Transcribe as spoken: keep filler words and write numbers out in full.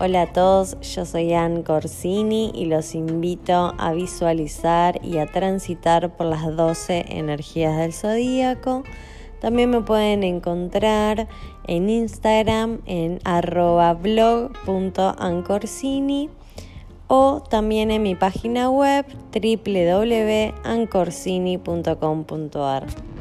Hola a todos, yo soy Ann Corsini y los invito a visualizar y a transitar por las doce energías del zodíaco. También me pueden encontrar en Instagram en arroba blog punto ancorsini o también en mi página web doble u doble u doble u punto ancorsini punto com punto a r.